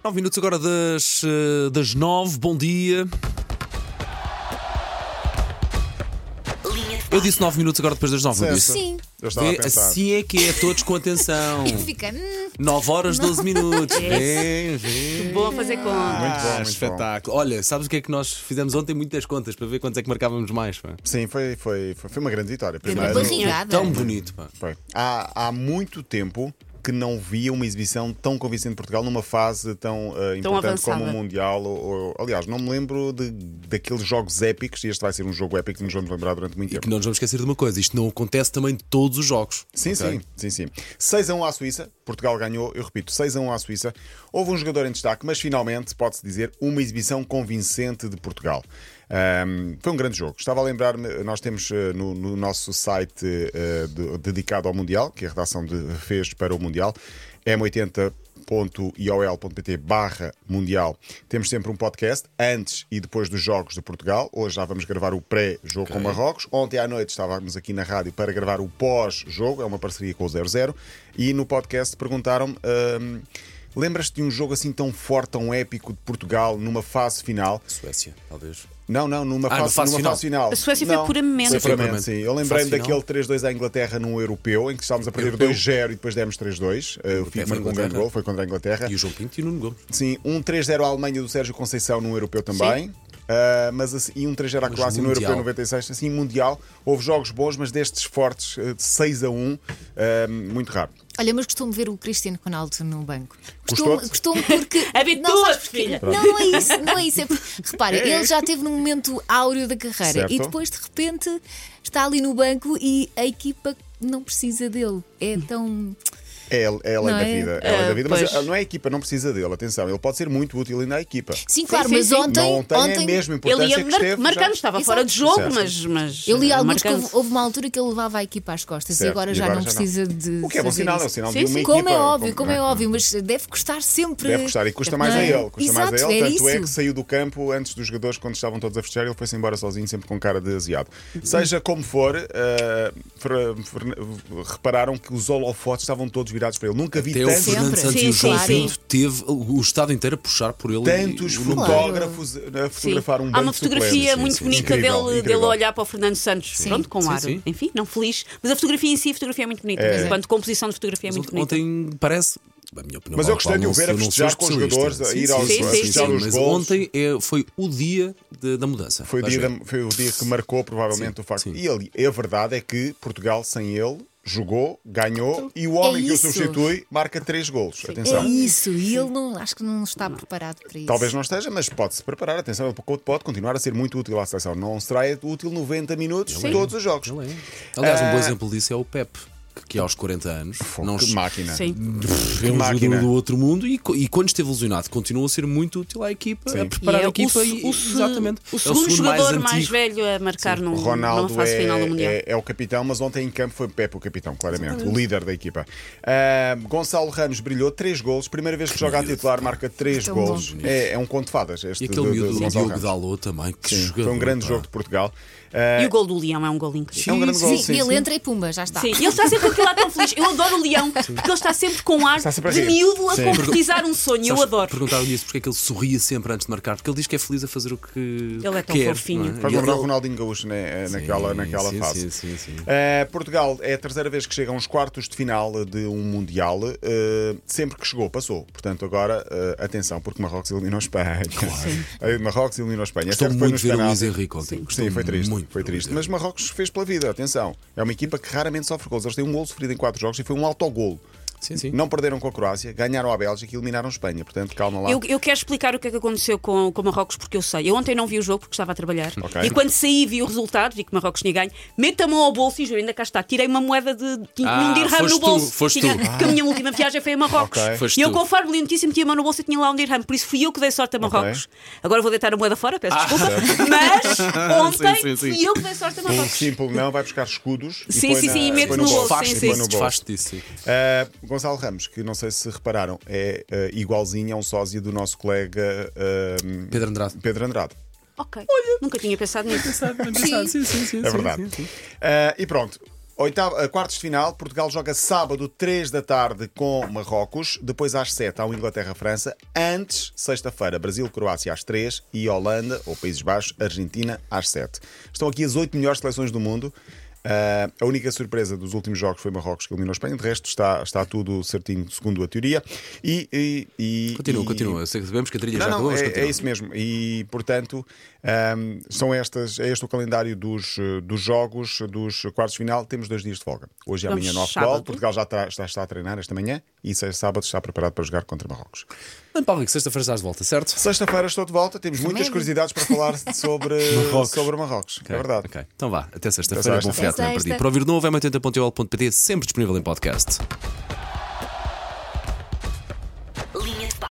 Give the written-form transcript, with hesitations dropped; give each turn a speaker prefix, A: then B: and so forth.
A: 9 minutos agora das 9. Bom dia. Eu disse 9 minutos agora depois das 9, não disse?
B: Sim.
C: Eu estava a pensar.
A: Assim é que é, todos com atenção.
B: Fica.
A: 9 horas, 12 minutos. Vem.
B: Bom a fazer conta.
C: Muito bom, muito
A: Espetáculo. Olha, sabes o que é que nós fizemos ontem? Muitas contas para ver quantos é que marcávamos mais. Pá.
C: Sim, foi uma grande vitória.
B: Teve uma
C: Primeiro,
B: barrigada.
A: Tão bonito. Pá.
C: foi. Há muito tempo que não via uma exibição tão convincente de Portugal numa fase tão importante
B: avançada.
C: como o Mundial. Aliás, não me lembro daqueles jogos épicos, e este vai ser um jogo épico que nos vamos lembrar durante muito
A: E que
C: tempo.
A: não nos vamos esquecer de uma coisa: isto não acontece também de todos os jogos.
C: Sim,
A: ok?
C: sim. 6-1 à Suíça, Portugal ganhou, eu repito, 6-1 à Suíça. Houve um jogador em destaque, mas finalmente, pode-se dizer, uma exibição convincente de Portugal. Foi um grande jogo. Estava a lembrar-me, nós temos no nosso site dedicado ao Mundial, que a redação fez para o Mundial, m80.iol.pt/mundial. Temos sempre um podcast antes e depois dos jogos de Portugal. Hoje já vamos gravar o pré-jogo com Marrocos. Ontem à noite estávamos aqui na rádio para gravar o pós-jogo, é uma parceria com o 00. E no podcast perguntaram-me: lembras-te de um jogo assim tão forte, tão épico de Portugal numa fase final?
A: Suécia, talvez.
C: Não, numa
A: fase
C: final.
D: A Suécia foi puramente.
C: Foi puramente, sim. Eu lembrei-me
A: Fase final.
C: daquele 3-2 à Inglaterra num europeu, em que estávamos a perder
A: Europeu.
C: 2-0 e depois demos 3-2. O Figo
A: foi
C: marcou um grande
A: Inglaterra.
C: gol, foi contra a Inglaterra.
A: E o João Pinto e o Nuno Gomes.
C: Sim, um 3-0 à Alemanha do Sérgio Conceição num europeu também. E um 3-0 à
A: Mas
C: Croácia no
A: mundial.
C: europeu 96. Assim, mundial. Houve jogos bons, mas destes fortes, de 6-1, muito raro.
B: Olha, mas costumo ver o Cristiano Ronaldo no banco.
C: Gostou-te?
B: Costumo porque.
D: Habitua-te,
B: Não, sabes porquê?
D: filha.
B: Não é isso, não é isso. É porque, repara, ele já teve num momento áureo da carreira
C: Certo.
B: e depois de repente está ali no banco e a equipa não precisa dele. É tão.
C: É a lei
B: Não
C: da
B: é?
C: vida. É a lei da vida, mas
D: Pois.
C: não é a equipa, não precisa dele. Atenção, ele pode ser muito útil ainda à equipa.
B: Sim, claro,
D: sim,
B: mas
D: sim.
B: ontem.
C: Não tem a mesma
D: Ele
C: importância
D: ia
C: que esteve.
D: marcando,
C: já.
D: estava
B: Exato.
D: fora de jogo,
C: Certo.
D: mas
B: Eu li alguns que
D: marcando.
B: houve uma altura que ele levava a equipa às costas
C: Certo,
B: e agora já não precisa de.
C: O que é bom
B: fazer
C: sinal, é o
B: isso.
C: sinal
D: Sim,
C: de uma
D: sim.
C: equipa.
B: Como é óbvio, mas deve custar sempre.
C: Deve custar e custa mais
B: Não
C: a
B: é?
C: ele. Custa mais a
B: Exato,
C: ele.
B: é
C: Tanto é
B: isso.
C: que saiu do campo antes dos jogadores, quando estavam todos a festejar, ele foi-se embora sozinho, sempre com cara de aziado. Seja como for, repararam que os holofotes estavam todos virados para ele. Nunca vi
A: Até o
C: tantos,
A: Fernando
B: Sempre.
A: Santos
D: Sim,
A: e o João
D: sim,
A: Pinto teve o estado inteiro a puxar por ele.
C: tantos
A: e-
C: fotógrafos a fotografar um
D: Há
C: banco
D: uma
C: de
D: fotografia
C: suplentes.
D: muito
A: sim.
D: bonita
C: Incrível,
D: dele
C: incrível.
D: a olhar para o Fernando Santos, pronto, com
A: Sim,
D: ar,
A: sim.
D: enfim, não feliz. Mas a fotografia em si, a fotografia é muito bonita. Enquanto composição de fotografia é
A: Mas
D: muito bonita.
A: ontem parece. A minha opinião,
C: Mas eu
A: vale
C: gostei de o
A: qual,
C: ver a
A: não sou
C: festejar com os
A: especialista.
C: jogadores, a ir aos-
D: a festejar
C: os
A: mas
C: golos.
A: ontem foi o dia da mudança.
C: Foi o dia que marcou provavelmente
A: Sim,
C: o facto.
A: sim.
C: E a verdade é que Portugal sem ele jogou, ganhou e o homem que o
B: isso.
C: substitui marca 3 golos. Atenção.
B: É isso, e ele não, acho que não está preparado para isso.
C: Talvez não esteja, mas pode-se preparar. Atenção, ele pode continuar a ser muito útil à seleção. Não será útil 90 minutos em todos os jogos.
A: Ele é. Aliás, um bom exemplo disso é o Pep, que aos 40 anos não
C: Que máquina.
D: Sim.
A: é um
C: máquina.
A: jogador do outro mundo e quando esteve lesionado continuou a ser muito útil à equipa,
C: Sim.
A: a preparar
D: E é
A: a equipa exatamente.
D: o
A: É
D: segundo jogador mais
A: antigo.
D: velho a marcar numa
C: Ronaldo
D: fase final do Mundial.
C: é o capitão, mas ontem em campo foi Pepe o capitão, claramente, o líder da equipa. Gonçalo Ramos brilhou 3 golos, primeira vez que joga a titular, marca 3
B: Tão
C: golos.
A: bom.
C: É um conto de fadas. Este
A: E aquele
C: do
A: miúdo
C: Gonçalo
A: Diogo
C: Ramos.
A: Dalot também, que
C: Sim,
A: jogador,
C: foi um grande
A: pá.
C: jogo de Portugal.
D: E o gol do Leão é um gol incrível.
C: É um grande gol.
B: Sim, ele entra e pumba, já está.
D: Sim, e ele está sempre com aquilo lá tão feliz. Eu adoro o Leão, porque ele está sempre com ar
C: Está sempre a
D: de
C: rir.
D: miúdo a
C: Sim.
D: concretizar um sonho. Eu
A: Sabes,
D: adoro.
A: perguntaram-lhe isso porque é que ele sorria sempre antes de marcar, porque ele diz que é feliz a fazer o que
D: Ele é tão
A: quer,
D: fofinho.
A: não é?
C: Faz
A: E
C: lembrar o
A: ele-
C: Ronaldinho Gaúcho naquela
A: sim,
C: fase.
A: sim.
C: Portugal é a terceira vez que chega aos quartos de final de um Mundial. Sempre que chegou, passou. Portanto, agora, atenção, porque Marrocos eliminou a Espanha. Marrocos eliminou a Espanha.
A: Estou
C: Certo, foi
A: muito
C: nos
A: ver o Luís
C: penaltis.
A: Henrique ontem.
C: Sim,
A: Gostou
C: foi triste.
A: muito
C: Foi
A: do
C: triste.
A: Luís
C: Mas Marrocos fez pela vida, atenção. É uma equipa que raramente sofre gols. Eles têm um gol sofrido em 4 jogos e foi um autogolo.
A: Sim.
C: Não perderam com a Croácia, ganharam a Bélgica e eliminaram a Espanha. Portanto, calma lá.
D: Eu quero explicar o que é que aconteceu com Marrocos, porque eu sei. Eu ontem não vi o jogo porque estava a trabalhar.
C: Ok.
D: E quando saí vi o resultado, vi que Marrocos tinha ganho. Meto a mão ao bolso e juro, ainda cá está. Tirei uma moeda de um dirham
A: foste
D: no bolso.
A: tu, foste
D: Tinha,
A: tu.
D: porque a minha última viagem foi a Marrocos.
C: Ok.
A: Foste
D: E eu
A: tu.
D: com fardo lentíssimo meti a mão no bolso e tinha lá um dirham. Por isso fui eu que dei sorte a Marrocos. Agora vou deitar a moeda fora, peço desculpa. Mas ontem
A: sim.
D: fui eu que dei sorte a
C: Um
D: Marrocos.
C: simples não, vai buscar escudos. e
D: Sim,
C: põe
D: sim, sim, e mete
C: põe
D: no bolso.
C: bolso.
D: Sim,
C: Põe
D: sim.
C: no bolso.
A: Desfaste disso, sim.
C: Gonçalo Ramos, que não sei se repararam, é igualzinho a um sósia do nosso colega
A: Pedro Andrade.
C: Pedro Andrade.
D: Ok. Nunca tinha pensado nisso.
C: É verdade. E pronto. Quartos de final, Portugal joga sábado 3 da tarde com Marrocos, depois às 7 há o Inglaterra-França, antes, sexta-feira, Brasil-Croácia às 3 e Holanda, ou Países Baixos, Argentina às 7. Estão aqui as 8 melhores seleções do mundo. A única surpresa dos últimos jogos foi Marrocos que eliminou a Espanha. De resto está tudo certinho segundo a teoria.
A: Continua. Sabemos que a trilha já acabou.
C: É isso mesmo. E portanto é este o calendário dos jogos dos quartos de final. Temos 2 dias de folga. Hoje e amanhã no futebol. Portugal já está a treinar esta manhã e sábado está preparado para jogar contra Marrocos.
A: Paulo Rico, sexta-feira estás de volta, certo?
C: Sexta-feira estou de volta. Temos muitas curiosidades para falar sobre Marrocos.
A: Okay.
C: É verdade.
A: Okay. Então vá, até sexta-feira. Bom feriado também para ti.
B: Sexta.
A: Para ouvir de novo, é 80.ol.pt, sempre disponível em podcast.